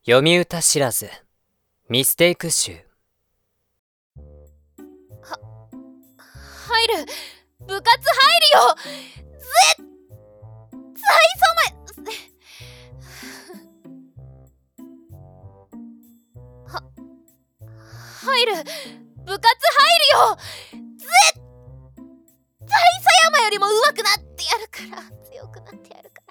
読み歌知らずミステイク集。 入る。部活入るよ。絶対そうま入る。部活入るよ。絶対狭山よりも上手くなってやるから。強くなってやるから。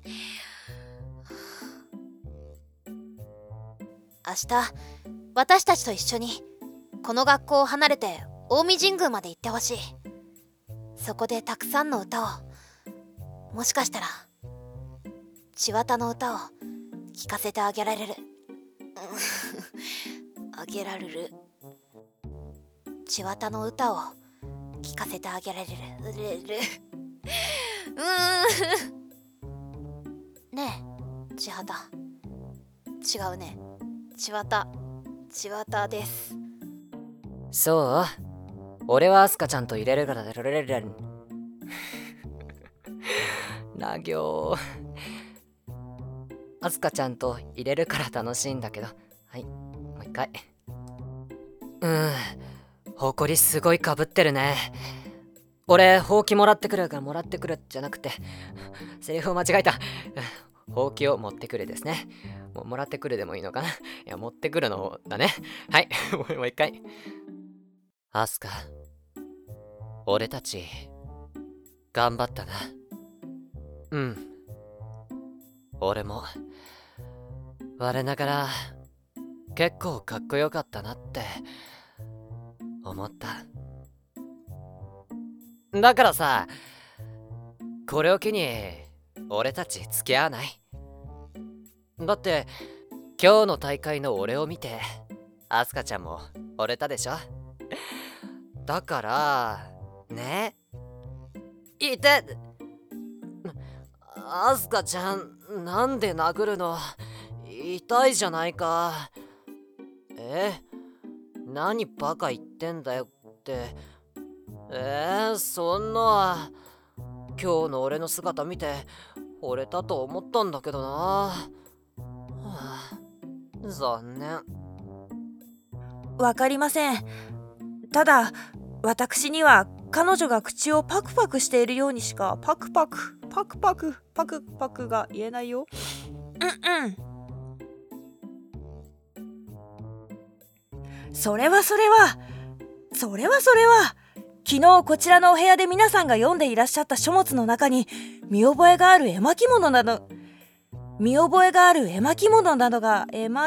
明日私たちと一緒にこの学校を離れて近江神宮まで行ってほしい。そこでたくさんの歌を、もしかしたら千綿の歌を聴かせてあげられるあげられる千綿の歌を聴かせてあげられるねえ千綿、違うね、千綿です。 そう、俺はアスカちゃんと入れるからな行。アスカちゃんと入れるから楽しいんだけど、はい、もう一回。ほこりすごいかぶってるね。俺ほうきもらってくるじゃなくてセリフを間違えた。ほうきを持ってくるですね。もらってくるでもいいのかな。いや、持ってくるのだね。はいもう一回。アスカ、俺たち頑張ったな。俺も我ながら結構かっこよかったなって思った。だからさ、これを機に俺たち付き合わない？だって今日の大会の俺を見てアスカちゃんも惚れたでしょ。だからね。いて、アスカちゃん、なんで殴るの？痛いじゃないか。何バカ言ってんだよって。そんな。今日の俺の姿見て惚れたと思ったんだけどな。残念。 わかりません。ただ私には彼女が口をパクパクしているようにしかパクパクが言えないよ。それは昨日こちらのお部屋で皆さんが読んでいらっしゃった書物の中に見覚えがある絵巻物などが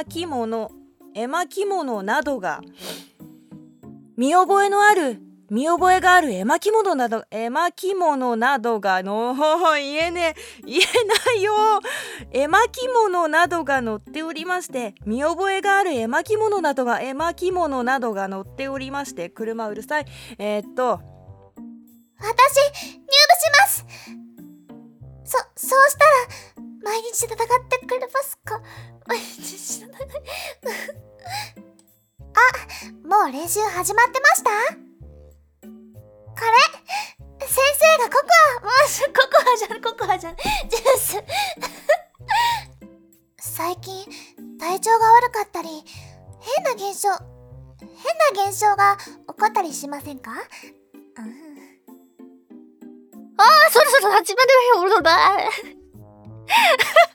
言えないよ。絵巻物などが載っておりまして、見覚えがある絵巻物などが載っておりまして、車うるさい。 私入部します。そうしたら毎日戦ってくれますか？もう練習始まってました？これ先生がココアじゃんジュース最近体調が悪かったり変な現象が起こったりしませんか？そろそろ始まるよ。